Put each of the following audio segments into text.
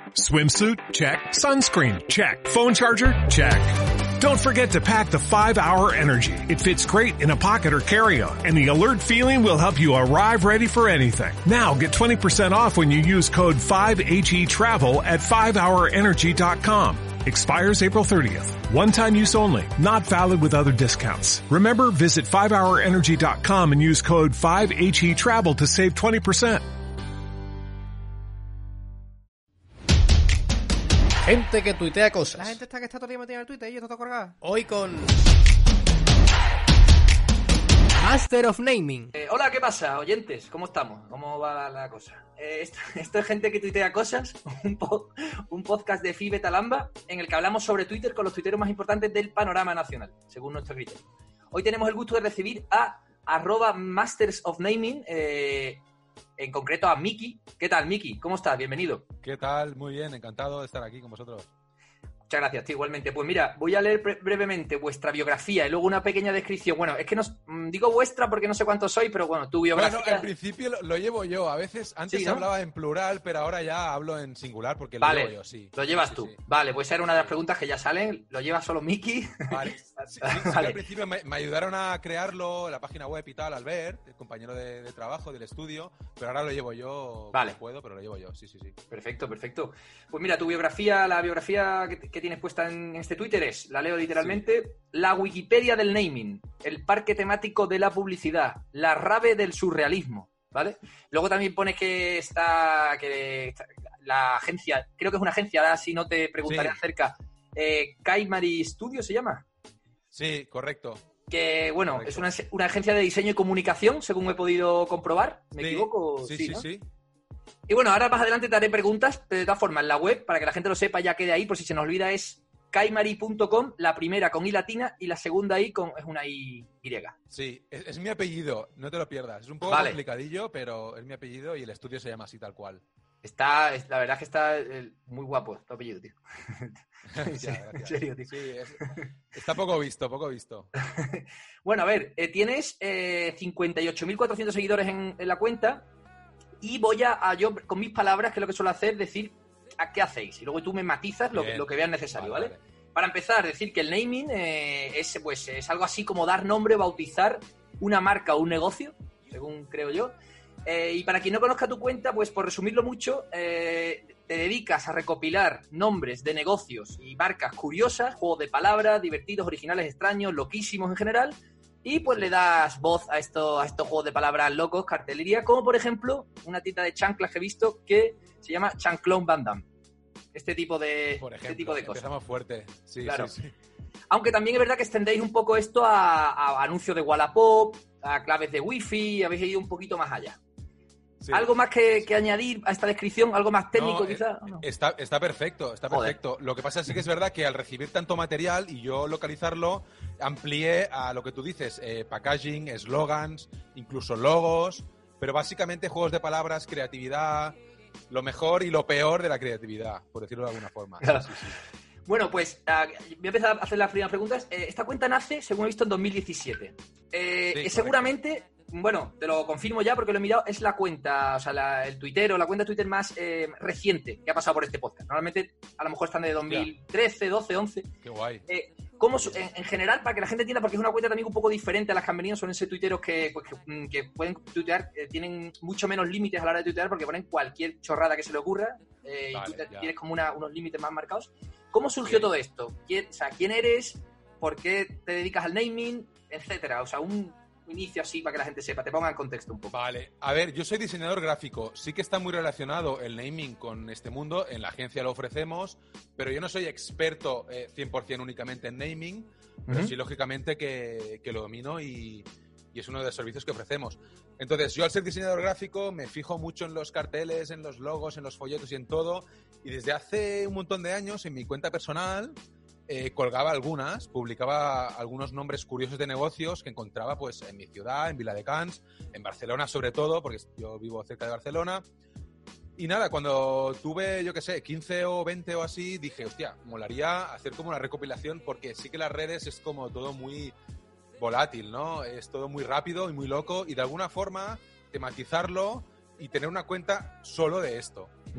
Swimsuit? Check. Sunscreen? Check. Phone charger? Check. Don't forget to pack the 5-Hour Energy. It fits great in a pocket or carry-on, and the alert feeling will help you arrive ready for anything. Now get 20% off when you use code 5HETRAVEL at 5hourenergy.com. Expires April 30th. One-time use only. Not valid with other discounts. Remember, visit 5hourenergy.com and use code 5HETRAVEL to save 20%. Gente que tuitea cosas. La gente está que está todo el día metida en el Twitter y yo está todo colgado. Hoy con Master of Naming. Hola, ¿qué pasa, oyentes? ¿Cómo estamos? ¿Cómo va la cosa? Esto es Gente que tuitea cosas, un podcast de Phi Beta Lambda en el que hablamos sobre Twitter con los tuiteros más importantes del panorama nacional, según nuestro criterio. Hoy tenemos el gusto de recibir a @Masters of Naming, en concreto a Miki. ¿Qué tal, Miki? ¿Cómo estás? Bienvenido. ¿Qué tal? Muy bien, encantado de estar aquí con vosotros. Muchas gracias, tío, igualmente. Pues mira, voy a leer brevemente vuestra biografía y luego una pequeña descripción. Bueno, es que no digo vuestra porque no sé cuántos sois, pero bueno, tu biografía... Bueno, al principio lo llevo yo. A veces, antes sí, ¿no? hablaba en plural, pero ahora ya hablo en singular porque vale, lo llevo yo, sí. Lo llevas sí, tú. Sí. Vale, pues esa era una de las preguntas que ya salen. ¿Lo lleva solo Miki? Vale. Sí, vale. al principio me ayudaron a crearlo, la página web y tal, Albert, el compañero de trabajo, del estudio, pero ahora lo llevo yo. Vale. No puedo, pero lo llevo yo, sí. Perfecto. Pues mira, tu biografía, la biografía que tienes puesta en este Twitter es, la leo literalmente, sí. La Wikipedia del naming, el parque temático de la publicidad, la rave del surrealismo, ¿vale? Luego también pones que está la agencia, creo que es una agencia, ahora si no te preguntaré acerca, Kaimari Studio se llama. Sí, correcto. Que, bueno, correcto. Es una agencia de diseño y comunicación, según he podido comprobar. ¿Me equivoco? Sí, ¿no? sí. Y bueno, ahora más adelante te haré preguntas, pero de todas formas, la web, para que la gente lo sepa, ya quede ahí, por si se nos olvida, es kaimari.com, la primera con I latina y la segunda I es una I griega. Sí, es mi apellido, no te lo pierdas. Es un poco complicadillo, pero es mi apellido y el estudio se llama así tal cual. La verdad es que está muy guapo tu apellido, tío. En serio, tío. Sí, está poco visto. Bueno, a ver, tienes 58.400 seguidores en la cuenta y voy a yo, con mis palabras, que es lo que suelo hacer, decir a qué hacéis. Y luego tú me matizas lo que veas necesario, ¿vale? Para empezar, decir que el naming es algo así como dar nombre, bautizar una marca o un negocio, según creo yo. Y para quien no conozca tu cuenta, pues por resumirlo mucho, te dedicas a recopilar nombres de negocios y marcas curiosas, juegos de palabras, divertidos, originales, extraños, loquísimos en general, y pues le das voz a estos juegos de palabras locos, cartelería, como por ejemplo una tienda de chanclas que he visto que se llama Chanclón Van Damme. Este tipo de cosas. Empezamos fuerte. Sí, claro. Sí. Aunque también es verdad que extendéis un poco esto a anuncios de Wallapop, a claves de Wi-Fi, habéis ido un poquito más allá. Sí. ¿Algo más que añadir a esta descripción? ¿Algo más técnico quizás? No. Está perfecto, perfecto. Lo que pasa es que es verdad que al recibir tanto material y yo localizarlo, amplié a lo que tú dices, packaging, slogans, incluso logos, pero básicamente juegos de palabras, creatividad, lo mejor y lo peor de la creatividad, por decirlo de alguna forma. Sí. Bueno, pues voy a empezar a hacer las primeras preguntas. Esta cuenta nace, según he visto, en 2017. Seguramente, bueno, te lo confirmo ya porque lo he mirado, es la cuenta, o sea, el Twitter o la cuenta de Twitter más reciente que ha pasado por este podcast. Normalmente, a lo mejor están de 2013, 12, 11. Qué guay. ¿Cómo, en general, para que la gente entienda, porque es una cuenta también un poco diferente a las que han venido, son ese tuiteros que pueden tuitear, tienen mucho menos límites a la hora de tuitear porque ponen cualquier chorrada que se le ocurra y tú tienes como unos límites más marcados. ¿Cómo surgió todo esto? ¿Quién eres? ¿Por qué te dedicas al naming? Etcétera. O sea, un inicio así para que la gente sepa, te ponga en contexto un poco. Vale, a ver, yo soy diseñador gráfico, sí que está muy relacionado el naming con este mundo, en la agencia lo ofrecemos, pero yo no soy experto 100% únicamente en naming, pero sí lógicamente que lo domino y es uno de los servicios que ofrecemos. Entonces, yo al ser diseñador gráfico me fijo mucho en los carteles, en los logos, en los folletos y en todo, y desde hace un montón de años en mi cuenta personal colgaba publicaba algunos nombres curiosos de negocios que encontraba pues en mi ciudad, en Viladecans, en Barcelona sobre todo, porque yo vivo cerca de Barcelona. Y nada, cuando tuve, 15 o 20 o así, dije, hostia, molaría hacer como una recopilación, porque sí que las redes es como todo muy volátil, ¿no? Es todo muy rápido y muy loco, y de alguna forma tematizarlo y tener una cuenta solo de esto. Ya.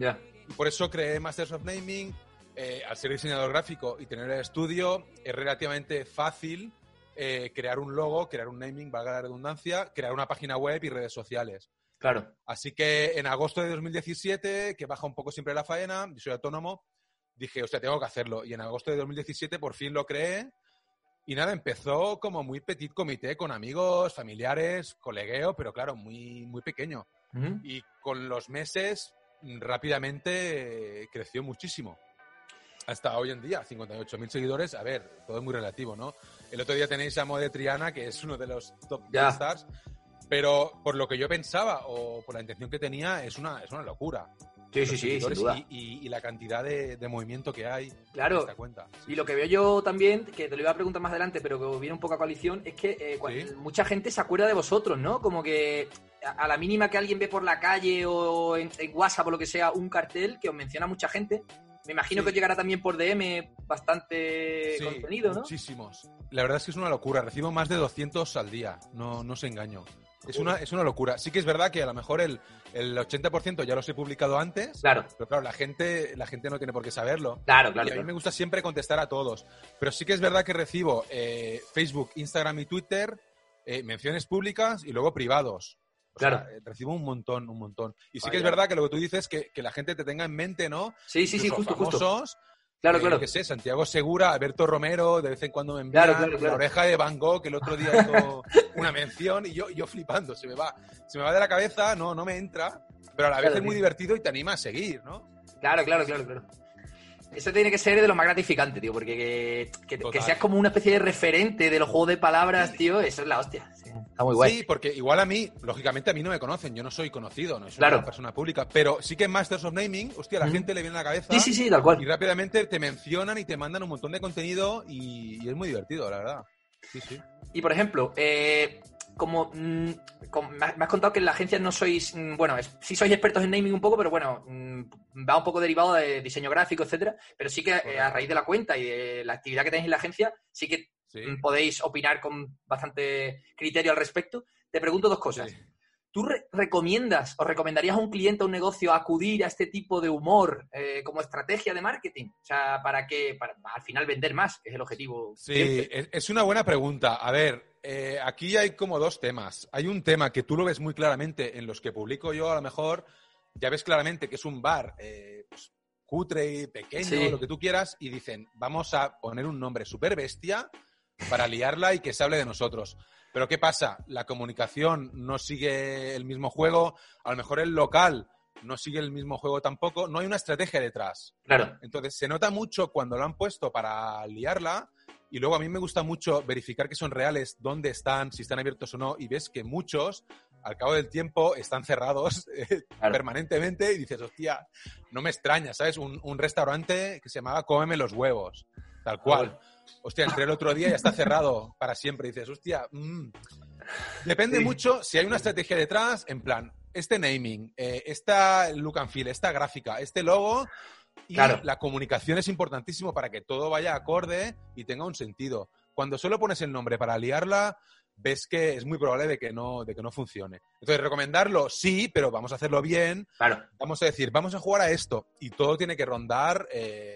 Y por eso creé Masters of Naming. Al ser diseñador gráfico y tener el estudio, es relativamente fácil crear un logo, crear un naming, valga la redundancia, crear una página web y redes sociales. Claro. Así que en agosto de 2017, que baja un poco siempre la faena, yo soy autónomo, dije, hostia, tengo que hacerlo. Y en agosto de 2017 por fin lo creé. Y nada, empezó como muy petit comité con amigos, familiares, colegueo, pero claro, muy, muy pequeño. Uh-huh. Y con los meses rápidamente creció muchísimo. Hasta hoy en día, 58.000 seguidores. A ver, todo es muy relativo, ¿no? El otro día tenéis a Mode Triana, que es uno de los top stars, pero por lo que yo pensaba o por la intención que tenía, es una locura. Sí, sin duda. Y la cantidad de movimiento que hay claro. en esta cuenta. Sí. Y lo que veo yo también, que te lo iba a preguntar más adelante, pero que viene un poco a coalición, es que mucha gente se acuerda de vosotros, ¿no? Como que a la mínima que alguien ve por la calle o en WhatsApp o lo que sea un cartel que os menciona mucha gente, me imagino que os llegará también por DM bastante contenido, ¿no? Muchísimos. La verdad es que es una locura. Recibo más de 200 al día. No os engaño. Es una locura. Sí que es verdad que a lo mejor el 80% ya los he publicado antes. Claro. Pero claro, la gente no tiene por qué saberlo. Claro. Y a mí me gusta siempre contestar a todos. Pero sí que es verdad que recibo Facebook, Instagram y Twitter menciones públicas y luego privados. O sea, recibo un montón. Y sí que es verdad que lo que tú dices, que la gente te tenga en mente, ¿no? Sí, justo. Claro. Que sé, Santiago Segura, Alberto Romero, de vez en cuando me envían La oreja de Van Gogh, que el otro día hizo una mención y yo flipando, se me va de la cabeza, no me entra, pero a la vez es muy divertido y te anima a seguir, ¿no? Claro. Eso tiene que ser de lo más gratificante, tío, porque que seas como una especie de referente de los juegos de palabras, tío, eso es la hostia. Sí, está muy guay. Sí, porque igual a mí, lógicamente a mí no me conocen, yo no soy conocido, no soy una persona pública, pero sí que en Masters of Naming, hostia, la gente le viene a la cabeza. Sí, tal cual. Y rápidamente te mencionan y te mandan un montón de contenido y es muy divertido, la verdad. Sí. Y por ejemplo, como me has contado que en la agencia no sois, sí sois expertos en naming un poco, pero bueno, va un poco derivado de diseño gráfico, etcétera, pero sí que a raíz de la cuenta y de la actividad que tenéis en la agencia, sí que podéis opinar con bastante criterio al respecto. Te pregunto dos cosas. Sí. ¿Tú recomendarías a un cliente, a un negocio, acudir a este tipo de humor como estrategia de marketing? O sea, para al final vender más, que es el objetivo. Sí, es una buena pregunta. A ver, aquí hay como dos temas. Hay un tema que tú lo ves muy claramente en los que publico yo, a lo mejor, ya ves claramente que es un bar pues, cutre y pequeño, lo que tú quieras, y dicen, vamos a poner un nombre súper bestia para liarla y que se hable de nosotros. Pero ¿qué pasa? La comunicación no sigue el mismo juego, a lo mejor el local no sigue el mismo juego tampoco, no hay una estrategia detrás. Claro. Entonces se nota mucho cuando lo han puesto para liarla y luego a mí me gusta mucho verificar que son reales, dónde están, si están abiertos o no, y ves que muchos, al cabo del tiempo, están cerrados permanentemente y dices, hostia, no me extraña, ¿sabes? Un restaurante que se llamaba Cómeme los huevos, tal cual. Hostia, entré el otro día y ya está cerrado para siempre. Y dices, hostia, depende mucho si hay una estrategia detrás, en plan, este naming, esta look and feel, esta gráfica, este logo y la comunicación es importantísimo para que todo vaya acorde y tenga un sentido. Cuando solo pones el nombre para liarla, ves que es muy probable de que no funcione. Entonces, recomendarlo, sí, pero vamos a hacerlo bien. Claro. Vamos a decir, vamos a jugar a esto y todo tiene que rondar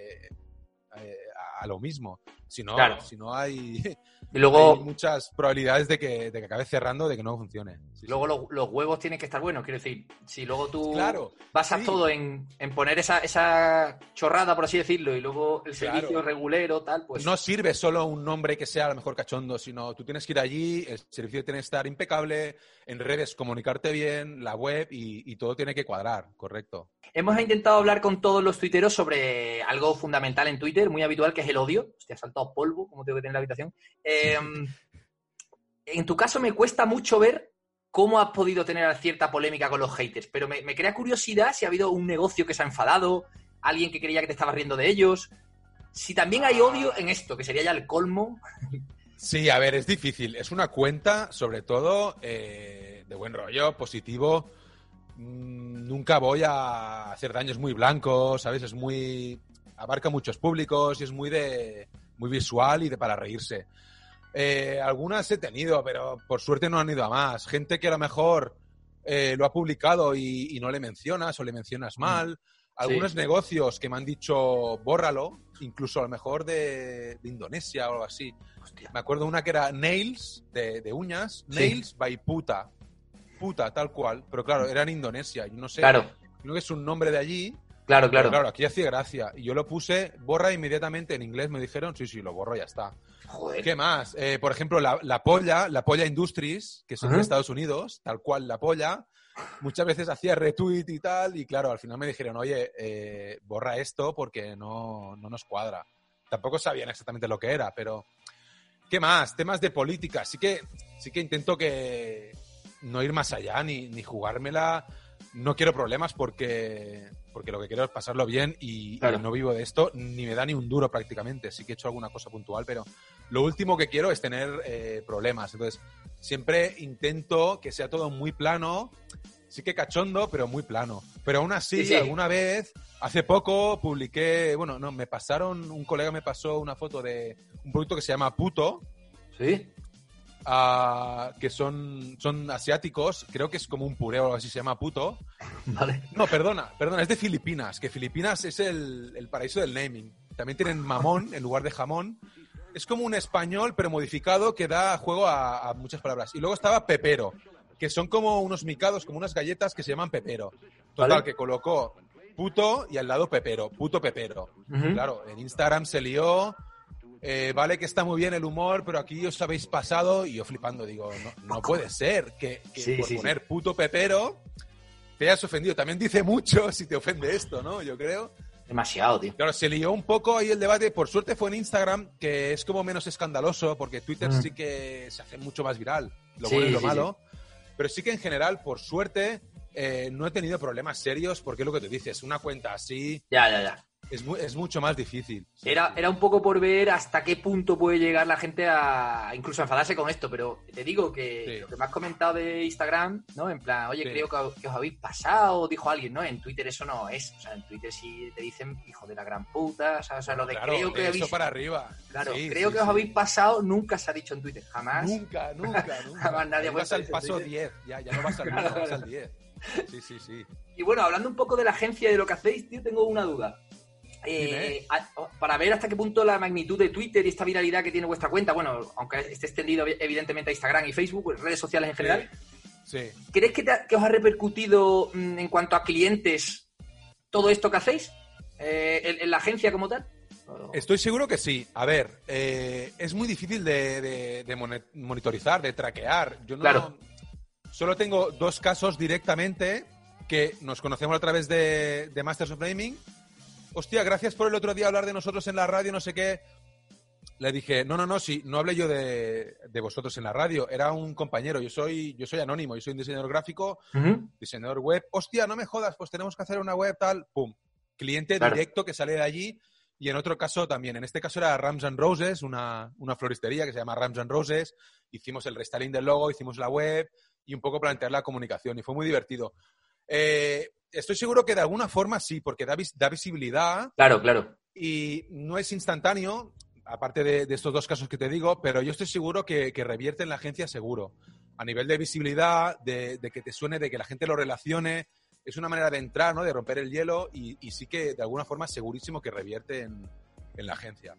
a lo mismo. Si no hay... Y luego, hay muchas probabilidades de que acabe cerrando, de que no funcione. Sí, luego los huevos tienen que estar buenos. Quiero decir, si luego tú basas todo en poner esa chorrada, por así decirlo, y luego el servicio regulero, tal, pues... No sirve solo un nombre que sea a lo mejor cachondo, sino tú tienes que ir allí, el servicio tiene que estar impecable, en redes comunicarte bien, la web y todo tiene que cuadrar, correcto. Hemos intentado hablar con todos los tuiteros sobre algo fundamental en Twitter, muy habitual, que es el odio. Hostia, ha saltado polvo, como tengo que tener en la habitación. En tu caso me cuesta mucho ver cómo has podido tener cierta polémica con los haters, pero me crea curiosidad si ha habido un negocio que se ha enfadado, alguien que creía que te estabas riendo de ellos. Si también hay odio en esto, que sería ya el colmo. Sí, a ver, es difícil. Es una cuenta, sobre todo, de buen rollo, positivo. Nunca voy a hacer daños muy blancos, ¿sabes? Abarca muchos públicos y es muy visual y para reírse. Algunas he tenido, pero por suerte no han ido a más. Gente que a lo mejor lo ha publicado y no le mencionas o le mencionas mal. algunos negocios que me han dicho bórralo, incluso a lo mejor de Indonesia o algo así. Hostia. Me acuerdo una que era Nails, de uñas, Nails by Puta, tal cual, pero claro, era en Indonesia, yo no sé, Claro. creo que es un nombre de allí. Claro. Pero claro, aquí hacía gracia. Y yo lo puse, borra inmediatamente en inglés, me dijeron, sí, lo borro, ya está. Joder. ¿Qué más? Por ejemplo, la Polla Industries, que son de Estados Unidos, tal cual la Polla, muchas veces hacía retweet y tal, y claro, al final me dijeron, oye, borra esto porque no nos cuadra. Tampoco sabían exactamente lo que era, pero... ¿Qué más? Temas de política. Sí que intento que no ir más allá ni jugármela. No quiero problemas porque lo que quiero es pasarlo bien y no vivo de esto, ni me da ni un duro prácticamente. Sí que he hecho alguna cosa puntual, pero lo último que quiero es tener problemas. Entonces, siempre intento que sea todo muy plano, sí que cachondo, pero muy plano. Pero aún así, alguna vez, hace poco, publiqué, un colega me pasó una foto de un producto que se llama Puto. Sí. Que son asiáticos, creo que es como un puré o algo así, se llama Puto. Vale. No, perdona, es de Filipinas, que Filipinas es el paraíso del naming. También tienen mamón en lugar de jamón. Es como un español, pero modificado, que da juego a muchas palabras. Y luego estaba Pepero, que son como unos micados, como unas galletas que se llaman Pepero. Total, ¿vale? Que colocó Puto y al lado Pepero, Puto Pepero. Uh-huh. Claro, en Instagram se lió... vale que está muy bien el humor, pero aquí os habéis pasado y yo flipando, digo, no puede ser que por poner Puto Pepero te hayas ofendido. También dice mucho si te ofende esto, ¿no? Yo creo. Demasiado, tío. Claro, se lió un poco ahí el debate. Por suerte fue en Instagram, que es como menos escandaloso, porque Twitter sí que se hace mucho más viral, lo bueno y lo malo. Pero sí que en general, por suerte, no he tenido problemas serios, porque es lo que te dices, una cuenta así... Ya. Es mucho más difícil. Era un poco por ver hasta qué punto puede llegar la gente a incluso a enfadarse con esto, pero te digo que lo que me has comentado de Instagram, ¿no? En plan, oye, creo que os habéis pasado, dijo alguien, ¿no? En Twitter eso no es. O sea, en Twitter sí te dicen hijo de la gran puta, o sea lo de claro, creo que habéis... para arriba. Claro, creo que os habéis pasado, nunca se ha dicho en Twitter, jamás. Nunca. Jamás nadie ha vas al paso 10, ya no vas al 1, vas al 10. Sí. Y bueno, hablando un poco de la agencia y de lo que hacéis, tío, tengo una duda. Para ver hasta qué punto la magnitud de Twitter y esta viralidad que tiene vuestra cuenta, bueno, aunque esté extendido evidentemente a Instagram y Facebook, redes sociales en general, ¿crees que os ha repercutido en cuanto a clientes todo esto que hacéis en la agencia como tal? Estoy seguro que sí. A ver, es muy difícil de monitorizar, de traquear. Yo solo tengo 2 casos directamente que nos conocemos a través de Masters of Naming. Hostia, gracias por el otro día hablar de nosotros en la radio, no sé qué. Le dije, no hablé yo de vosotros en la radio, era un compañero, yo soy anónimo, yo soy un diseñador gráfico, diseñador web. Hostia, no me jodas, pues tenemos que hacer una web tal, pum. Cliente directo que sale de allí. Y en otro caso también, en este caso era Rams and Roses, una floristería que se llama Rams and Roses. Hicimos el restyling del logo, hicimos la web y un poco plantear la comunicación y fue muy divertido. Estoy seguro que de alguna forma sí, porque da visibilidad. Claro. Y no es instantáneo, aparte de estos 2 casos que te digo, pero yo estoy seguro que revierte en la agencia seguro. A nivel de visibilidad, de que te suene, de que la gente lo relacione. Es una manera de entrar, ¿no? De romper el hielo y sí que de alguna forma segurísimo que revierte en la agencia.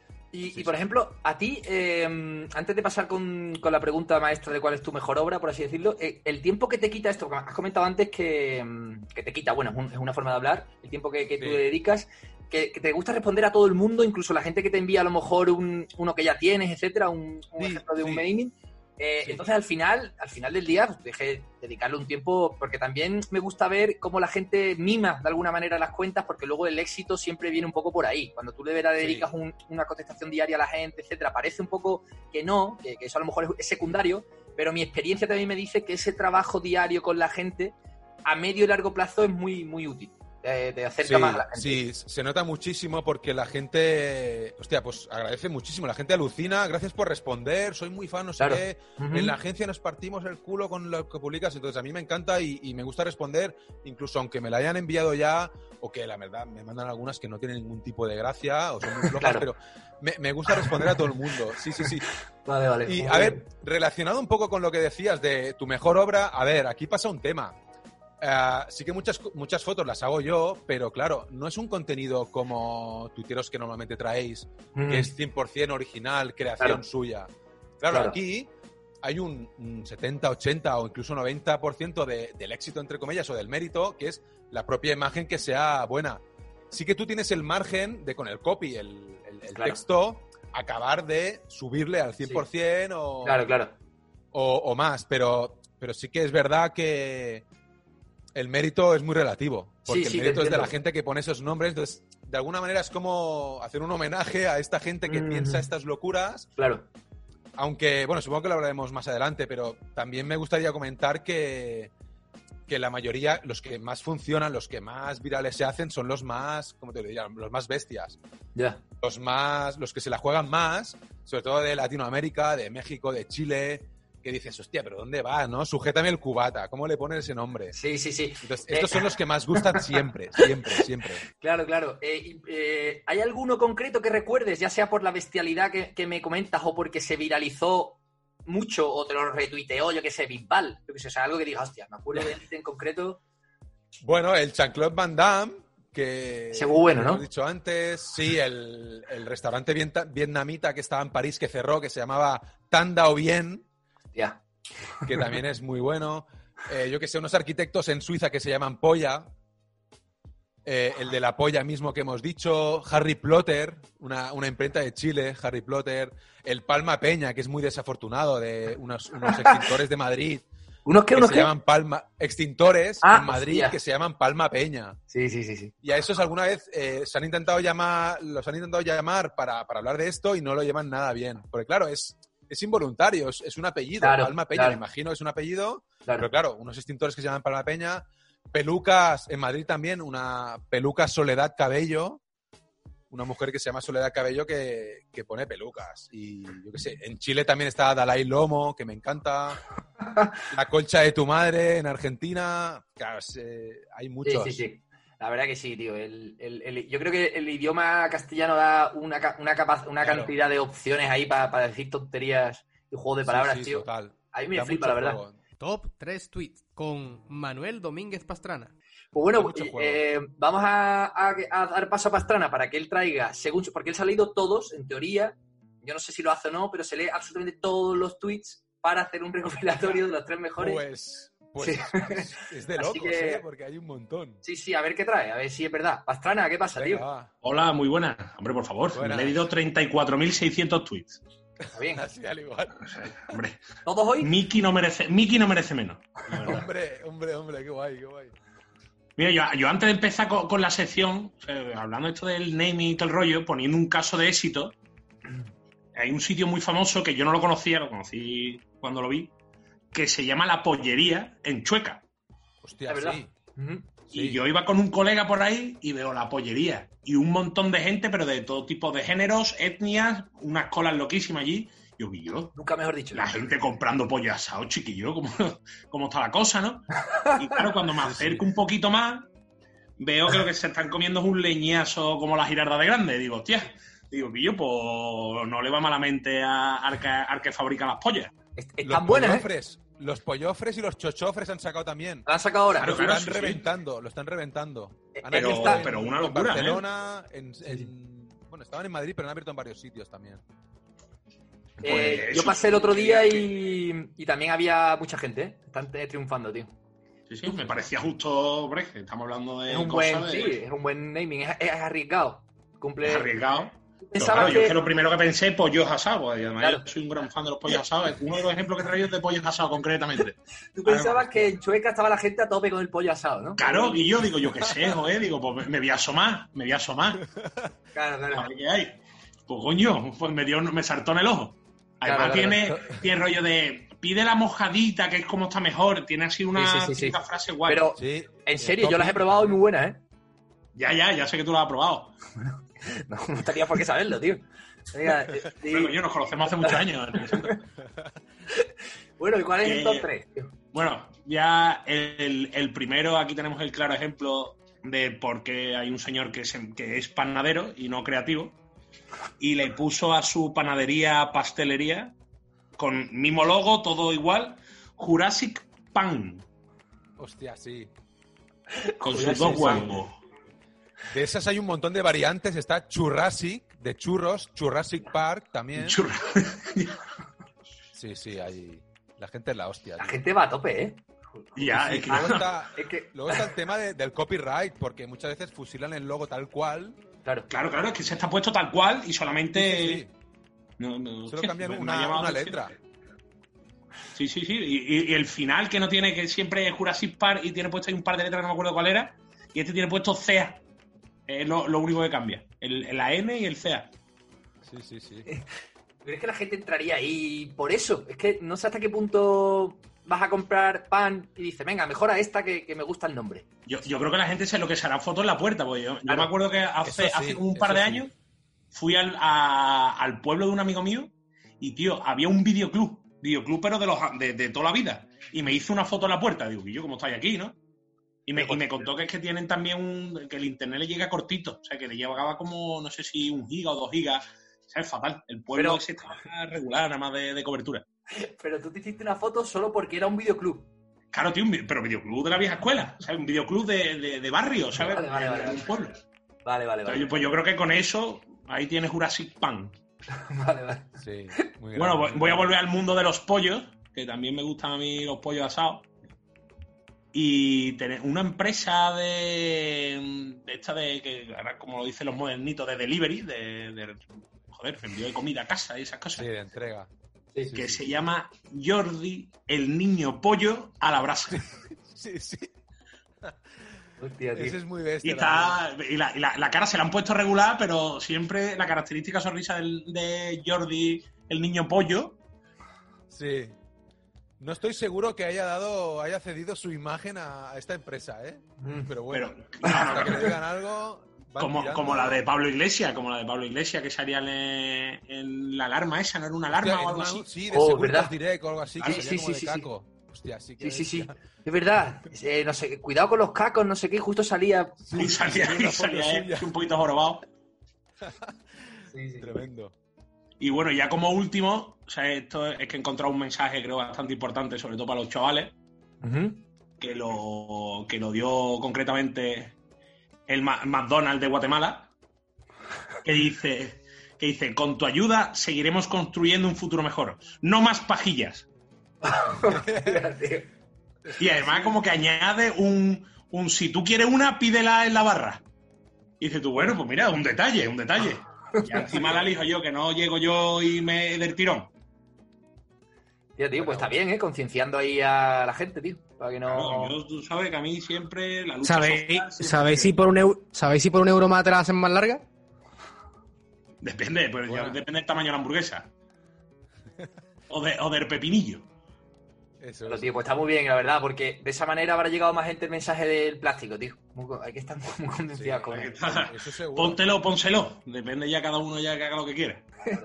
Y por ejemplo, a ti, antes de pasar con la pregunta maestra de cuál es tu mejor obra, por así decirlo, el tiempo que te quita esto, has comentado antes que te quita, bueno, es una forma de hablar, el tiempo que tú le dedicas, que te gusta responder a todo el mundo, incluso la gente que te envía a lo mejor uno que ya tienes, etcétera, un ejemplo de un naming. Entonces, al final del día, pues, dejé dedicarle un tiempo, porque también me gusta ver cómo la gente mima de alguna manera las cuentas, porque luego el éxito siempre viene un poco por ahí. Cuando tú de verdad dedicas una contestación diaria a la gente, etcétera, parece un poco que eso a lo mejor es secundario, pero mi experiencia también me dice que ese trabajo diario con la gente a medio y largo plazo es muy, muy útil. Te acerca más a la gente. Sí, se nota muchísimo porque la gente, hostia, pues agradece muchísimo, la gente alucina, gracias por responder, soy muy fan, no sé qué, en la agencia nos partimos el culo con lo que publicas, entonces a mí me encanta y me gusta responder, incluso aunque me la hayan enviado ya, o que la verdad me mandan algunas que no tienen ningún tipo de gracia, o son muy flojas, pero me gusta responder a todo el mundo, sí. Vale. Y a ver, relacionado un poco con lo que decías de tu mejor obra, a ver, aquí pasa un tema. Sí que muchas fotos las hago yo, pero claro, no es un contenido como tuiteros que normalmente traéis, que es 100% original, creación suya. Claro, aquí hay un 70, 80 o incluso 90% del éxito, entre comillas, o del mérito, que es la propia imagen que sea buena. Sí que tú tienes el margen de, con el copy, el texto, acabar de subirle al 100% o más, pero sí que es verdad que el mérito es muy relativo, porque el mérito es de la gente que pone esos nombres. Entonces, de alguna manera es como hacer un homenaje a esta gente que piensa estas locuras. Claro. Aunque, bueno, supongo que lo hablaremos más adelante, pero también me gustaría comentar que la mayoría, los que más funcionan, los que más virales se hacen, son los más, ¿cómo te lo diría? Los más bestias. Ya. Los que se la juegan más, sobre todo de Latinoamérica, de México, de Chile, que dices, hostia, pero ¿dónde va, no? Sujétame el cubata, ¿cómo le pones ese nombre? Sí. Entonces, estos son los que más gustan siempre. Claro. ¿Hay alguno concreto que recuerdes, ya sea por la bestialidad que me comentas o porque se viralizó mucho o te lo retuiteó, yo que sé, Bisbal? Yo que sé, o sea, algo que diga, hostia, me acuerdo de este en concreto. Bueno, el Jean-Claude Van Damme, que ese fue bueno, ¿no? Hemos dicho antes, sí, el restaurante vietnamita que estaba en París, que cerró, que se llamaba Tan Dao Bien, que también es muy bueno. Yo que sé, unos arquitectos en Suiza que se llaman Polla, el de la Polla mismo que hemos dicho, Harry Plotter, una imprenta de Chile, Harry Plotter, el Palma Peña, que es muy desafortunado, de unos extintores de Madrid. ¿Unos qué? Se llaman extintores en Madrid, que se llaman Palma Peña. Sí. Y a esos alguna vez los han intentado llamar para hablar de esto y no lo llevan nada bien. Porque claro, es involuntario, es un apellido. Palma Peña, me imagino, es un apellido. Pero claro, unos extintores que se llaman Palma Peña. Pelucas, en Madrid también, una peluca Soledad Cabello. Una mujer que se llama Soledad Cabello que pone pelucas. Y yo qué sé, en Chile también está Dalai Lomo, que me encanta. La Concha de tu Madre en Argentina. Claro, hay muchos. Sí. La verdad que sí, tío. Yo creo que el idioma castellano da una cantidad de opciones ahí para decir tonterías y juegos de palabras, tío. Total. A mí me flipa, la verdad. Juego. Top 3 tweets con Manuel Domínguez Pastrana. Pues bueno, vamos a dar paso a Pastrana para que él traiga, porque él se ha leído todos, en teoría, yo no sé si lo hace o no, pero se lee absolutamente todos los tweets para hacer un recopilatorio de los 3 mejores. Pues sí. es de locos, porque hay un montón. Sí, a ver qué trae, a ver si es verdad. Pastrana, ¿qué pasa, tío? Va. Hola, muy buenas. Hombre, por favor, me he leído 34.600 tweets. Está bien. Así al igual. Hombre. ¿Todos hoy? Miki no merece menos. Hombre, qué guay. Mira, yo antes de empezar con la sección, hablando esto del naming y todo el rollo, poniendo un caso de éxito, hay un sitio muy famoso que yo no lo conocía, lo conocí cuando lo vi, que se llama La Pollería en Chueca. Hostia, sí. Y yo iba con un colega por ahí y veo La Pollería. Y un montón de gente, pero de todo tipo de géneros, etnias, unas colas loquísimas allí. Yo vi nunca mejor dicho. La gente comprando pollo asado, chiquillo, cómo está la cosa, ¿no? Y claro, cuando me acerco un poquito más, veo que lo que se están comiendo es un leñazo como la Girarda de Grande. Digo, hostia, pillo, pues no le va malamente al que fabrica las pollas. Están buenas, Los pollofres y los chochofres han sacado también. ¿Lo han sacado ahora? Lo están reventando. Pero una locura, en Barcelona, bueno, estaban en Madrid, pero han abierto en varios sitios también. Yo pasé el otro día y también había mucha gente, ¿eh? Están triunfando, tío. Sí, me parecía justo, hombre, que estamos hablando de es un buen naming, es arriesgado. Es arriesgado. Pero Claro, yo es que lo primero que pensé, pollos asados. Y además claro. yo soy un gran fan de los pollos asados. Uno de los ejemplos que he traído es de pollos asados, concretamente. Tú pensabas que en Chueca estaba la gente a tope con el pollo asado, ¿no? Claro, y yo digo, yo qué sé, digo, pues me voy a asomar. Claro. A ver qué hay. Pues coño, pues me saltó en el ojo. Además tiene rollo de pide la mojadita, que es como está mejor. Tiene así una frase guay. Pero, en serio, yo las he probado y muy buenas, ¿eh? Ya sé que tú las has probado. No tenía por qué saberlo, tío. Bueno, yo nos conocemos hace muchos años. Bueno, ¿y cuál es el top 3? Bueno, ya el primero, aquí tenemos el claro ejemplo de por qué hay un señor que es panadero y no creativo, y le puso a su panadería pastelería con mismo logo, todo igual, Jurassic Pan. Hostia, sí. Con sus dos huevos. De esas hay un montón de variantes. Está Churrasic, de churros, Jurassic Park también. Sí, hay... La gente es la hostia. La tío. gente va a tope, ¿eh? Ya, Sí, es luego está el tema del copyright, porque muchas veces fusilan el logo tal cual. Claro. es que se está puesto tal cual y solamente... Sí. No, Solo cambian me ha una llamado letra. Sí. Y el final que no tiene, que siempre es Jurassic Park y tiene puesto ahí un par de letras, no me acuerdo cuál era, y este tiene puesto CEA. Es lo único que cambia. La N y el CEA. Sí. Pero es que la gente entraría ahí por eso. Es que no sé hasta qué punto vas a comprar pan y dices, venga, mejora esta que me gusta el nombre. Yo creo que la gente lo que se hará fotos en la puerta, porque yo me acuerdo que hace un par de años fui al pueblo de un amigo mío y, tío, había un videoclub pero de toda la vida. Y me hizo una foto en la puerta. Digo, yo, ¿cómo estáis aquí, no? Y me contó que es que tienen también que el internet le llega cortito. O sea, que le llegaba como, no sé si 1 giga o 2 gigas. O sea, es fatal. El pueblo ese está regular, nada más de cobertura. Pero tú te hiciste una foto solo porque era un videoclub. Claro, tío, pero videoclub de la vieja escuela. O sea, un videoclub de barrio, ¿sabes? Vale. De un pueblo. Vale. Entonces, pues yo creo que con eso, ahí tienes Jurassic Park. Vale. Sí, muy grande. Bueno, voy a volver al mundo de los pollos, que también me gustan a mí los pollos asados. Y tener una empresa de esta que ahora, como lo dicen los modernitos, de delivery, envío de comida a casa y esas cosas. Sí, de entrega. Que se llama Jordi, el niño pollo a la brasa. Sí. Hostia, tío. Ese es muy bestia. Y la cara se la han puesto regular, pero siempre la característica sonrisa de Jordi, el niño pollo. Sí. No estoy seguro que haya cedido su imagen a esta empresa, ¿eh? Pero bueno, hasta que le digan algo... Como la de Pablo Iglesias, que salía en la alarma esa, ¿no era una alarma? Hostia, o algo así? Sí, de Seguros ¿verdad? Direct o algo así, que salía como de sí. caco. Hostia, sí que... Sí. Es verdad. No sé, cuidado con los cacos, no sé qué, justo salía... Y salía un poquito jorobado. Sí. Tremendo. Y bueno, ya como último, o sea, esto es que he encontrado un mensaje, creo, bastante importante, sobre todo para los chavales, que lo dio concretamente el McDonald's de Guatemala, que dice, con tu ayuda seguiremos construyendo un futuro mejor. No más pajillas. Y además como que añade un si tú quieres una, pídela en la barra. Y dices tú, bueno, pues mira, un detalle. Y encima la elijo yo, que no llego yo y me del tirón. Tío, pues está bien, concienciando ahí a la gente, tío. Para que no... Claro, tú sabes que a mí siempre la lucha ¿Sabéis si por un euro más te la hacen más larga? Depende, pues ya depende del tamaño de la hamburguesa. O del pepinillo. Eso Pero, es. tío, pues está muy bien, la verdad, porque de esa manera habrá llegado más gente el mensaje del plástico, tío. Hay que estar muy concienciados con él. Eso seguro. Pónselo. Depende ya cada uno ya que haga lo que quiera.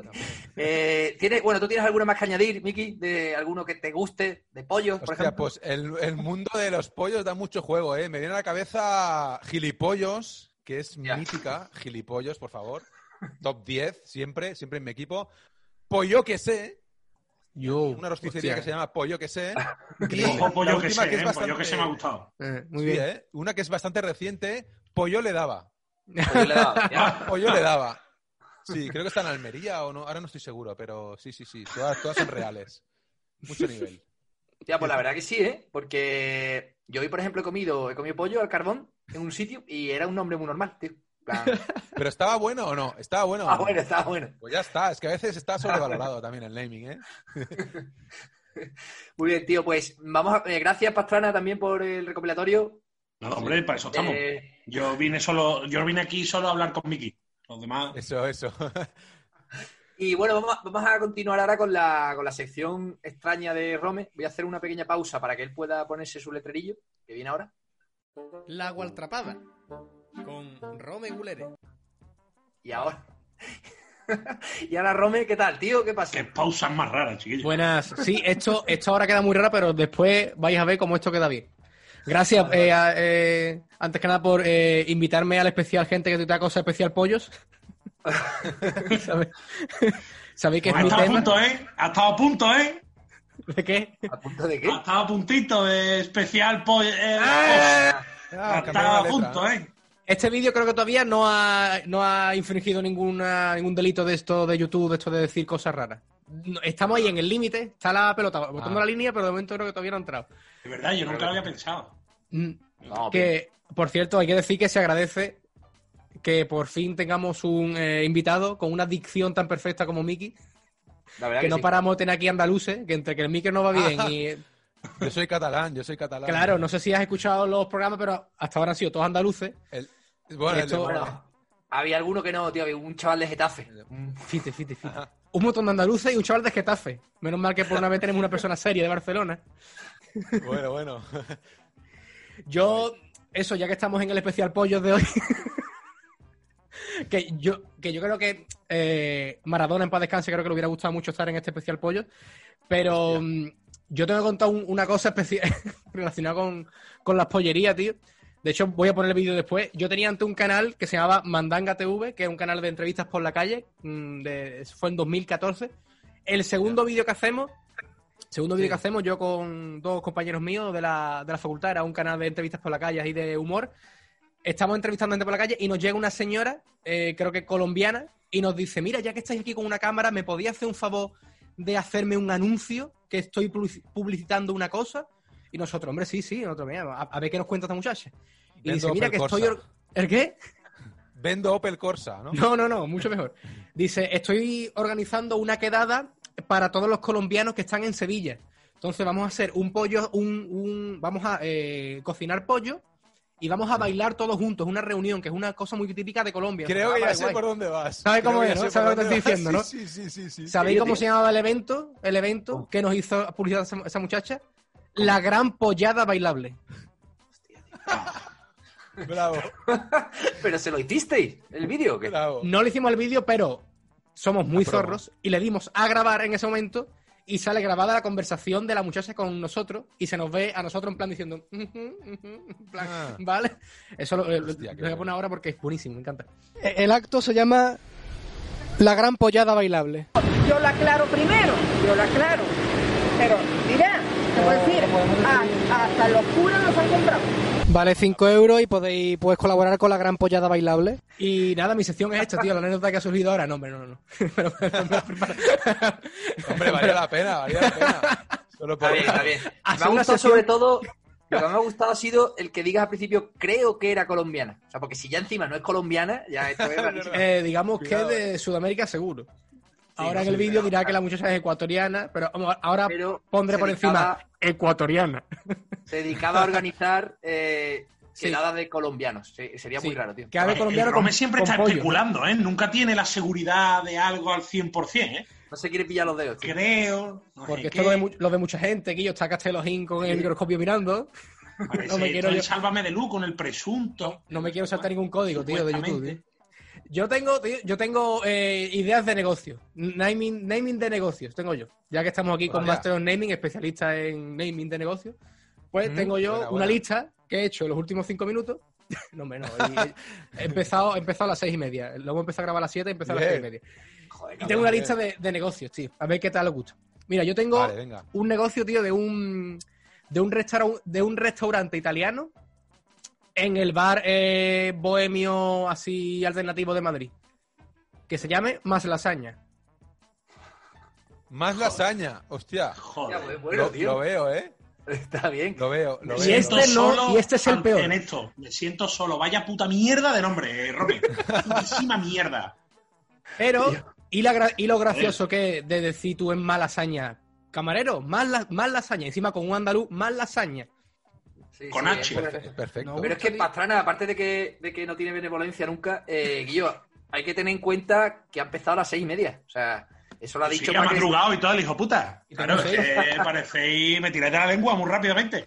¿Tú tienes alguna más que añadir, Miki? ¿De alguno que te guste? ¿De pollos, por Hostia, ejemplo? pues el mundo de los pollos da mucho juego, ¿eh? Me viene a la cabeza Gilipollos, que es mítica. Gilipollos, por favor. Top 10, siempre en mi equipo. Pollo que sé. Una rosticería que se llama Pollo que sé. Y Pollo que última sé, es Pollo que sé me ha gustado. Muy bien. ¿eh? Una que es bastante reciente, Pollo le daba. Pollo le daba. Sí, creo que está en Almería o no, ahora no estoy seguro, pero sí, todas son reales. Mucho nivel. Ya, pues la verdad que sí, ¿eh? Porque yo hoy, por ejemplo, he comido pollo al carbón en un sitio y era un nombre muy normal, tío. ¿Pero estaba bueno o no? ¿Estaba bueno o no? Estaba bueno. Pues ya está, es que a veces está sobrevalorado también el naming, ¿eh? Muy bien, tío, pues vamos gracias, Pastrana, también por el recopilatorio. No, hombre, para eso estamos. Yo vine aquí solo a hablar con Miki. Los demás... Eso. Y bueno, vamos a continuar ahora con la sección extraña de Rome. Voy a hacer una pequeña pausa para que él pueda ponerse su letrerillo, que viene ahora. La Gualtrapada, con Rome Gulere. Y ahora... Y ahora, Rome, ¿qué tal, tío? ¿Qué pasa? Qué pausas más raras, chiquillos. Buenas. Sí, esto ahora queda muy raro, pero después vais a ver cómo esto queda bien. Gracias, antes que nada, por invitarme al especial Gente que tuitea cosas especial pollos. ¿Sabéis que es mi tema? Ha estado a punto, ¿eh? ¿De qué? ¿A punto de qué? Ha estado a puntito de especial pollo. cambiaron Está la a letra, punto, ¿no? ¿eh? Este vídeo creo que todavía no ha infringido ningún delito de esto de YouTube, de esto de decir cosas raras. Estamos ahí en el límite, está la pelota botando la línea, pero de momento creo que todavía no ha entrado. De verdad, yo nunca lo había pensado. No, Que, por cierto, hay que decir que se agradece que por fin tengamos un invitado con una dicción tan perfecta como Miki, la verdad que no sí. paramos de tener aquí andaluces, que entre que el micro no va bien y... Yo soy catalán. Claro, no sé si has escuchado los programas, pero hasta ahora han sido todos andaluces. Bueno, el de Esto- Málaga. Bueno, había alguno que no, tío, había un chaval de Getafe. Fite. Un montón de andaluces y un chaval de Getafe. Menos mal que por una vez tenemos una persona seria de Barcelona. Bueno. Yo, eso, ya que estamos en el especial pollos de hoy, que yo creo que Maradona en paz descanse, creo que le hubiera gustado mucho estar en este especial pollos, pero yo tengo que contar una cosa especial relacionada con las pollerías, tío. De hecho, voy a poner el vídeo después. Yo tenía antes un canal que se llamaba Mandanga TV, que es un canal de entrevistas por la calle, fue en 2014. El segundo vídeo que hacemos yo con dos compañeros míos de la facultad, era un canal de entrevistas por la calle y de humor. Estamos entrevistando gente por la calle y nos llega una señora, creo que colombiana, y nos dice, mira, ya que estáis aquí con una cámara, ¿me podía hacer un favor de hacerme un anuncio que estoy publicitando una cosa? Y nosotros, hombre, sí, nosotros, mira, a ver qué nos cuenta esta muchacha. Y Vendo dice, mira, Opel que estoy... Corsa. ¿El qué? Vendo Opel Corsa, ¿no? No, mucho mejor. Dice, estoy organizando una quedada para todos los colombianos que están en Sevilla. Entonces vamos a hacer un pollo, vamos a cocinar pollo y vamos a bailar todos juntos, una reunión, que es una cosa muy típica de Colombia. Creo que ya sé guay. por dónde vas. ¿Sabes cómo Creo es, que no? ya sé ¿Sabes por lo que te dónde estoy vas. diciendo, no? Sí. ¿Sabéis cómo tío? se llamaba el evento que nos hizo publicidad esa muchacha? La gran pollada bailable. Bravo. Pero se lo hicisteis, el vídeo, ¿qué? Bravo. No le hicimos el vídeo, pero somos muy La promo. zorros y le dimos a grabar en ese momento y sale grabada la conversación de la muchacha con nosotros y se nos ve a nosotros en plan diciendo en plan, Ah. ¿vale? Eso lo Hostia, qué voy a bueno. poner ahora porque es buenísimo, me encanta. El acto se llama La gran pollada bailable. Yo la aclaro primero, pero mira, te voy a decir, hasta los curas los han comprado. Vale 5 euros y puedes colaborar con la gran pollada bailable. Y nada, mi sección es esta, tío, la anécdota que ha surgido ahora. No, hombre, no. Pero me la preparo. Hombre, valía la pena. Solo por... Está bien. Me Hacer ha una gustado sesión- sobre todo, lo que me ha gustado ha sido el que digas al principio, creo que era colombiana. O sea, porque si ya encima no es colombiana, ya esto es rarísimo. Digamos Cuidado, que de Sudamérica seguro. Ahora en el vídeo dirá que la muchacha es ecuatoriana, pero vamos, ahora Pero pondré se por dedicaba- encima ecuatoriana. Se dedicaba a organizar Sí. quedadas de colombianos. Sí, sería muy Sí. raro, tío. Que hable colombiano el Rome con- siempre con está pollo. especulando, ¿eh? Nunca tiene la seguridad de algo al 100%, ¿eh? No se quiere pillar los dedos, tío. Creo. No Porque sé esto lo de mucha gente, que yo está Castelojín con el microscopio mirando. Parece no me quiero esto yo- el Sálvame de Luz con el presunto. No me quiero saltar ningún código, tío, de YouTube. Supuestamente. Tío. Yo tengo ideas de negocio. Naming de negocios, tengo yo. Ya que estamos aquí con Vaya. Master of Naming, especialista en naming de negocios, pues tengo yo buena, una buena. lista que he hecho en los últimos 5 minutos. No, hombre, no. He empezado a las 6:30. Luego empecé a grabar a las 7 y empecé a las Bien. 6:30. Joder, Y tengo una lista de negocios, tío. A ver qué tal os gusta. Mira, yo tengo Vale, venga. un negocio, tío, de un restaurante italiano en el bar bohemio así alternativo de Madrid. Que se llame Más Lasaña. Más lasaña. Hostia. Joder. Ya, bueno, tío. Lo veo, ¿eh? Está bien. Lo veo. Me Y veo. este no, y este es el peor. En esto, me siento solo. Vaya puta mierda de nombre, Romy. Putísima mierda. Pero, y lo gracioso que de decir tú en Más Lasaña, camarero, más lasaña, encima con un andaluz, más lasaña. Sí, Con sí, H. pero- Perfecto. No. Pero es que Pastrana, aparte de que no tiene benevolencia nunca, Guillo, hay que tener en cuenta que ha empezado a las 6:30. O sea, eso lo ha Sí, dicho que ha para que... madrugado y todo el hijo puta. Y Claro, es tengo que parecéis... Me tiráis de la lengua muy rápidamente.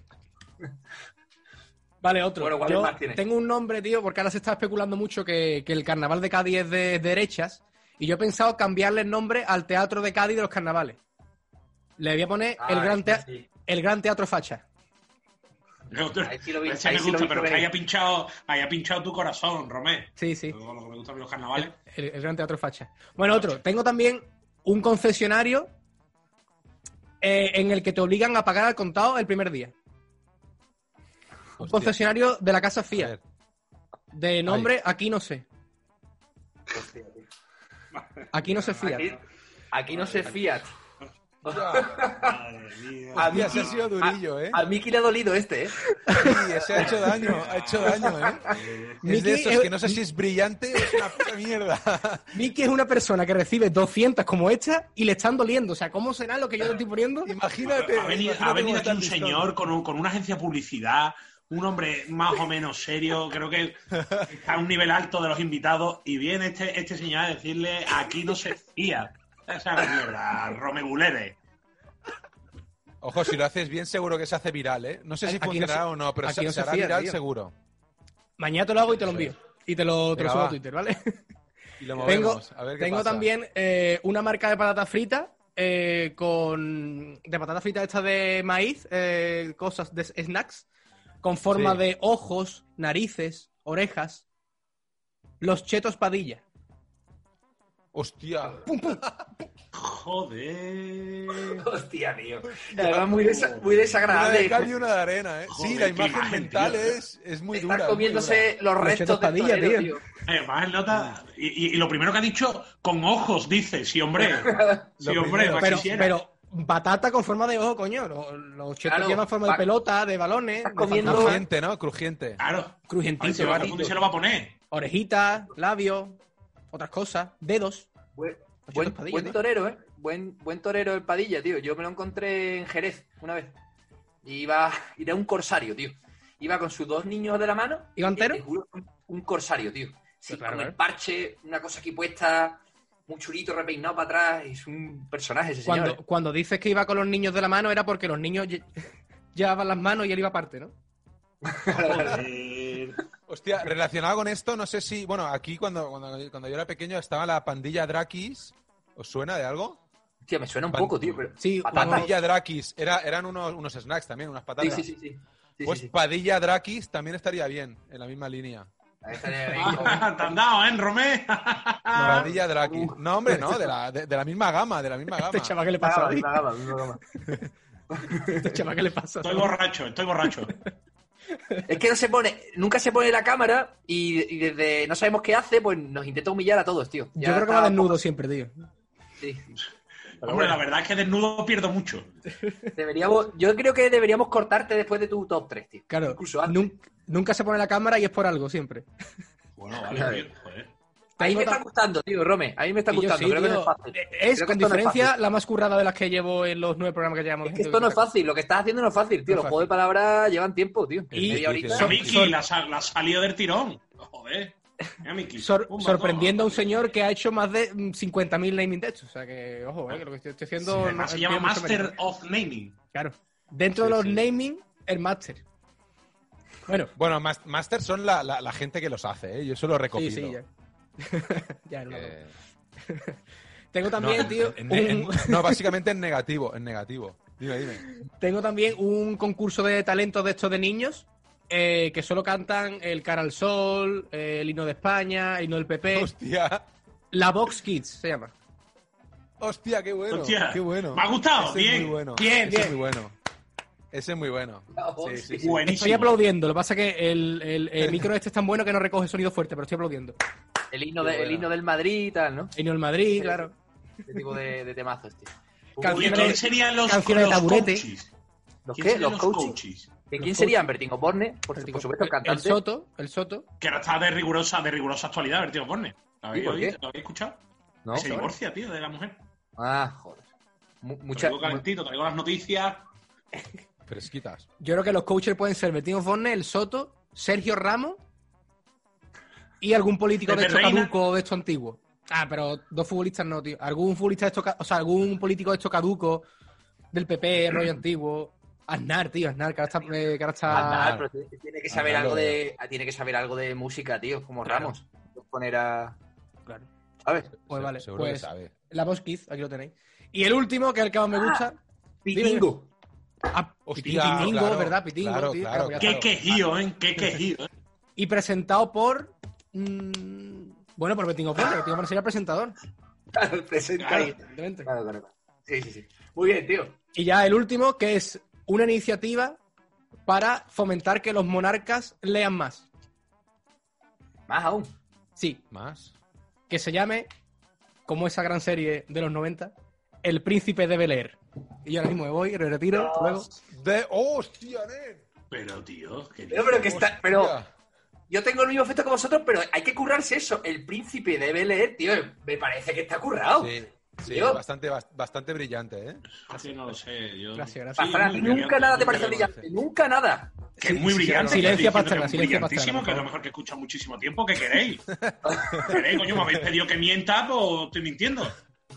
Vale, otro. Bueno, ¿cuál Yo más tienes? tengo un nombre, tío, porque ahora se está especulando mucho que el carnaval de Cádiz es de derechas. Y yo he pensado cambiarle el nombre al Teatro de Cádiz de los carnavales. Le voy a poner Ah, sí. el Gran Teatro Facha. Ahí sí lo vi- Ese ahí me sí lo gusta, vi pero que venir. haya pinchado tu corazón, Romé. Sí, sí. Todo lo que me gusta a mí los carnavales. El Gran Teatro Facha. Bueno, otro. Tengo también un concesionario en el que te obligan a pagar al contado el primer día. Un concesionario de la casa A Fiat. ver. De nombre, aquí no sé. Hostia, tío. Aquí no se Fiat. Aquí no se Fiat. Madre mía. A mí Hostia, ese ha sido durillo, ¿eh? A Miki le ha dolido este, ¿eh? Sí, ese ha hecho daño, ¿eh? Es Miki de esos es- que no sé si es brillante o es una puta mierda. Miki es una persona que recibe 200 como esta y le están doliendo. O sea, ¿cómo será lo que yo le estoy poniendo? Imagínate. Ha venido imagínate aquí cómo está un el listón. señor con una agencia de publicidad, un hombre más o menos serio, creo que está a un nivel alto de los invitados, y viene este señor a decirle, aquí no se fía. Esa es la mierda, Romegulere. Ojo, si lo haces bien, seguro que se hace viral, ¿eh? No sé si Aquí no funcionará se- o no, pero aquí se, no se se hará fía, viral tío. seguro. Mañana te lo hago y te lo envío. Y te lo Venga, subo va. a Twitter, ¿vale? Y lo Tengo, movemos. A ver qué tengo pasa. también una marca de patatas fritas de patatas fritas estas de maíz, cosas de snacks, con forma Sí. de ojos, narices, orejas. Los chetos Padilla. Hostia. Joder. Hostia, tío. Además, muy Una desagradable. de cal y una de arena, ¿eh? Sí, Joder, la qué imagen imagen, mental tío. es muy dura. Están es muy comiéndose los restos chetos de Padilla, torero, tío. Además, el nota. Y lo primero que ha dicho, con ojos, dice. Sí, hombre. Sí, Lo hombre, primero. más Pero, quisiera. pero batata con forma de ojo, coño. Los chetos Claro, llevan forma de pelota, de balones, estás de comiendo- fantasma, Crujiente, ¿no? Crujiente. Claro. A ver crujentito, si lo va a ¿vale? confundir, se lo va a poner. Orejitas, labios, otras cosas, dedos. Buen, Los buen, chetos Padilla, buen tío. torero, ¿eh? Buen torero el Padilla, tío. Yo me lo encontré en Jerez una vez. Y era un corsario, tío. Iba con sus 2 niños de la mano. ¿Iba entero? Te juro, un corsario, tío. Sí, Pues claro, con el claro. parche, una cosa aquí puesta, un chulito repeinado para atrás. Es un personaje ese señor. Cuando dices que iba con los niños de la mano era porque los niños llevaban las manos y él iba aparte, ¿no? Joder. Hostia, relacionado con esto, no sé si... Bueno, aquí cuando yo era pequeño estaba la pandilla Drakis. ¿Os suena de algo? Tío, me suena un poco, tío. Pero... Sí, Patatas. Padilla Drakis. Eran unos snacks también, unas Sí, patatas. sí. Pues sí. Padilla Drakis también estaría bien, en la misma línea. Ahí estaría ahí, Te han dado, ¿eh, Romé? Padilla Drakis. No, hombre, no, de la misma gama, de la misma gama. Este chaval, ¿qué le pasa? Misma gama, misma gama. Este chaval, ¿qué le pasa? Estoy borracho. Es que nunca se pone la cámara y desde no sabemos qué hace, pues nos intenta humillar a todos, tío. Yo creo que va desnudo siempre, tío. Sí. Pero Hombre, bueno, la verdad es que desnudo pierdo mucho. yo creo que deberíamos cortarte después de tu top 3, tío. Claro, Incluso antes. nunca se pone la cámara y es por algo, siempre. Bueno, vale, tío, joder. A mí me Tengo está gustando, tío, Rome. A mí me está Y yo gustando. sí, Creo que no tío. es fácil. Es, Creo que con esto no es diferencia, fácil. la más currada de las que llevo en los 9 programas que llevamos. Es que esto no es fácil. Lo que estás haciendo no es fácil, tío. No es Los juegos de palabras llevan tiempo, tío. Y- Media horita. Son- Miki, la ha salido del tirón. Joder. Mira, Miki. Pumba, sorprendiendo a un toma. señor que ha hecho más de 50.000 naming de estos. O sea que, ojo, que lo que estoy haciendo... Además, se llama tiene mucho Master mérito. of Naming. Claro. Dentro Sí, de los sí. naming, el máster. Bueno, Bueno, Master son la gente que los hace, ¿eh? Yo eso lo sí, recopilo. sí, ya. Ya, era una broma. Eh, Tengo también, no, tío, no, básicamente en negativo, Dime. tengo también un concurso de talentos de estos de niños que solo cantan el Cara al Sol, el himno de España, el himno del PP. Hostia, La Vox Kids se llama. qué bueno, Hostia, qué bueno. me ha gustado, Ese bien. es muy bueno. Bien, Ese es bien. muy bueno. Ese es muy bueno. La Vox Sí, sí, Kids. sí. Buenísimo. Estoy aplaudiendo, lo que pasa es que el micro este es tan bueno que no recoge sonido fuerte, pero estoy aplaudiendo. El himno, Qué el bueno. himno del Madrid y tal, ¿no? El himno del Madrid, claro. Ese tipo de temazos, tío. Canciones- Oye, ¿quién serían los canciones de taburete. coaches? ¿Los ¿Quién qué? serían ¿Los coaches? ¿Que Los ¿Quién serían? Bertín Borne, por supuesto, el El cantante. Soto. Que ahora está de rigurosa actualidad, Bertín Borne. ¿Lo habéis ¿Y por oído? qué? ¿Lo habéis escuchado? No, Se divorcia, tío, de la mujer. Ah, joder. Mucha, Traigo calentito, traigo las noticias. Fresquitas. Yo creo que los coaches pueden ser Bertín Osborne, el Soto, Sergio Ramos y algún político de Pepe estos Reina. caducos de estos antiguos. Ah, pero 2 futbolistas no, tío. Algún futbolista de estos, algún político de estos caducos del PP, rollo antiguo. Aznar, tío, Aznar, que ahora está... Aznar, pero tiene que saber Aznar algo lo tiene que saber algo de música, tío, como Ramos. Poner a... Claro. ¿Sabes? Pues vale, Seguro que pues sabe. la Vox Kids, aquí lo tenéis. Y el último, que es el que más me gusta... Pitingo. Ah, Hostia, Pitingo, claro, ¿verdad? Pitingo, claro, tío. claro, porque ya Qué está. quejío, ¿eh? Qué quejío. Y presentado por... bueno, por Bertín Osborne. Bertín Osborne sería el presentador, Claro, presenta Claro. ahí. evidentemente. Claro. Sí. Muy bien, tío. Y ya el último, que es una iniciativa para fomentar que los monarcas lean más. Más aún. Sí, ¿Más? que se llame, como esa gran serie de los 90, El Príncipe debe leer. Y yo ahora mismo me voy, me retiro, luego... ¡Hostia, nen! Pero, tío, ¿qué Pero que está... Pero Hostia. yo tengo el mismo efecto que vosotros, pero hay que currarse eso. El príncipe debe leer, tío. Me parece que está currado. Sí, Tío. bastante brillante, ¿eh? Así no lo sé. Yo... Gracias. Para a ti nunca nada te parece brillante. Nunca nada. Que es muy brillante. Silencio, que estoy Pastrana, diciendo que es silencio, brillantísimo, Pastrana, que es lo mejor que he escuchado muchísimo tiempo. ¿Qué queréis? ¿Qué queréis, coño? ¿Me habéis pedido que mienta? Pues estoy mintiendo.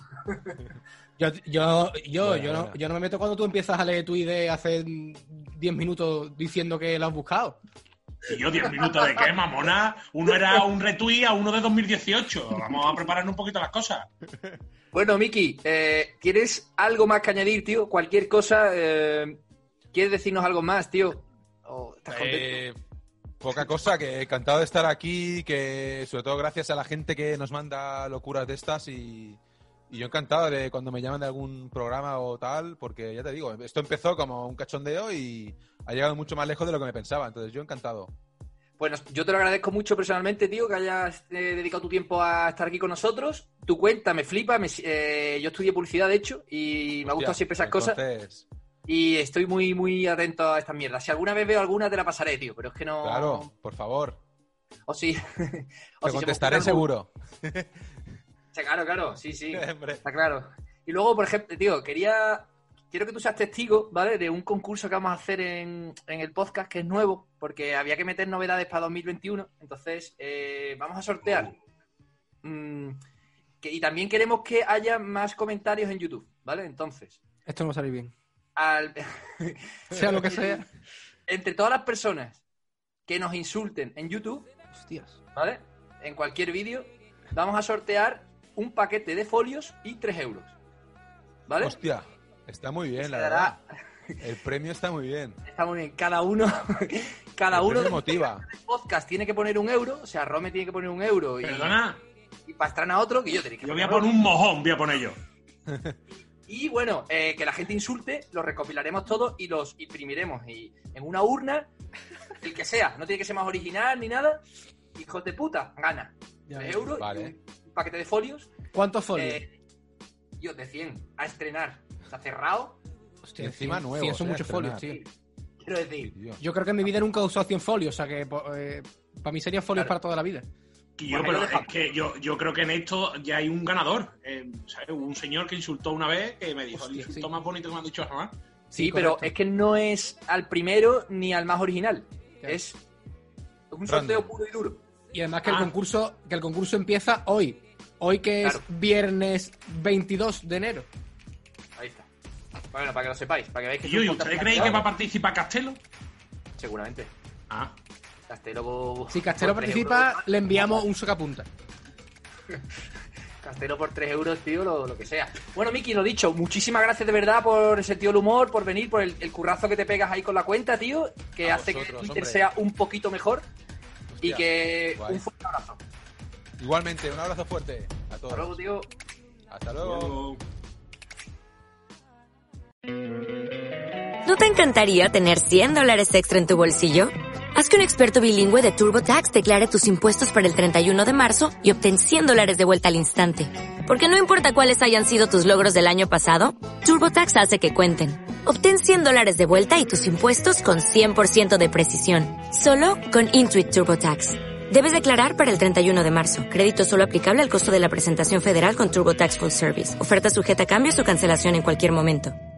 Yo no me meto cuando tú empiezas a leer tu idea hace 10 minutos diciendo que lo has buscado. Y yo, 10 minutos de qué, mamona. Uno era un retweet a uno de 2018. Vamos a prepararnos un poquito las cosas. Bueno, Miki, ¿tienes algo más que añadir, tío? Cualquier cosa. ¿Quieres decirnos algo más, tío? ¿O estás contento? Poca cosa, que encantado de estar aquí, que sobre todo gracias a la gente que nos manda locuras de estas y yo encantado de cuando me llaman de algún programa o tal, porque ya te digo, esto empezó como un cachondeo y ha llegado mucho más lejos de lo que me pensaba, entonces yo encantado. Bueno, yo te lo agradezco mucho personalmente, tío, que hayas dedicado tu tiempo a estar aquí con nosotros. Tu cuenta me flipa, yo estudié publicidad, de hecho, y me ha gustado siempre esas cosas. Y estoy muy, muy atento a estas mierdas. Si alguna vez veo alguna, te la pasaré, tío, pero es que no... Claro, por favor. O sí. Te contestaré seguro. Claro, sí. Está claro. Y luego, por ejemplo, tío, quiero que tú seas testigo, ¿vale? De un concurso que vamos a hacer en el podcast, que es nuevo, porque había que meter novedades para 2021. Entonces, vamos a sortear. Y también queremos que haya más comentarios en YouTube, ¿vale? Entonces... Esto no va a salir bien. Sea lo que sea. Entre todas las personas que nos insulten en YouTube, Hostias. ¿vale? En cualquier vídeo, vamos a sortear un paquete de folios y 3 euros. ¿Vale? Hostia, está muy bien, la dará... verdad. El premio está muy bien. Está muy bien. Cada uno me motiva. del podcast tiene que poner 1 euro. O sea, Rome tiene que poner 1 euro. Perdona. Y Pastrana otro, que yo tenía que Yo voy a poner un mojón, voy a poner yo. Y bueno, que la gente insulte, los recopilaremos todos y los imprimiremos y en una urna, el que sea. No tiene que ser más original ni nada. Hijos de puta, gana. 3 euros Vale. y un paquete de folios. ¿Cuántos folios? Yo, de 100 a estrenar. Está cerrado. Hostia, encima 100, nuevos, 100 son muchos estrenar. folios, tío. Quiero decir, Tío. Yo creo que en mi vida nunca he usado 100 folios, o sea que para mí serían folios para toda la vida. Pero es que yo creo que en esto ya hay un ganador. ¿Sabes? Hubo un señor que insultó una vez que me dijo: Hostia, el insulto sí. más bonito que me han dicho jamás. sí, pero correcto. es que no es al primero ni al más original. Claro. Es un sorteo puro y duro. Y además que el concurso empieza hoy. Hoy que Claro. es viernes 22 de enero. Ahí está. Bueno, para que lo sepáis, para que veáis que... ¿Y es un yo, podcast ¿ustedes creen que va a planteado. participar Castelo? Seguramente. Ah, Castelo... Si Castelo por 3 participa, euros. le enviamos un sacapunta. Castelo por 3 euros, tío, lo que sea. Bueno, Miki, lo dicho, muchísimas gracias de verdad por el sentido del humor, por venir, por el currazo que te pegas ahí con la cuenta, tío, que A hace que vosotros, Twitter hombre. sea un poquito mejor. Y Hostia, que guay. un fuerte abrazo. Igualmente, un abrazo fuerte a Hasta luego, todos. tío. Hasta luego. ¿No te encantaría tener $100 extra en tu bolsillo? Haz que un experto bilingüe de TurboTax declare tus impuestos para el 31 de marzo y obtén $100 de vuelta al instante. Porque no importa cuáles hayan sido tus logros del año pasado, TurboTax hace que cuenten. Obtén $100 de vuelta y tus impuestos con 100% de precisión. Solo con Intuit TurboTax. Debes declarar para el 31 de marzo. Crédito solo aplicable al costo de la presentación federal con TurboTax Full Service. Oferta sujeta a cambios o cancelación en cualquier momento.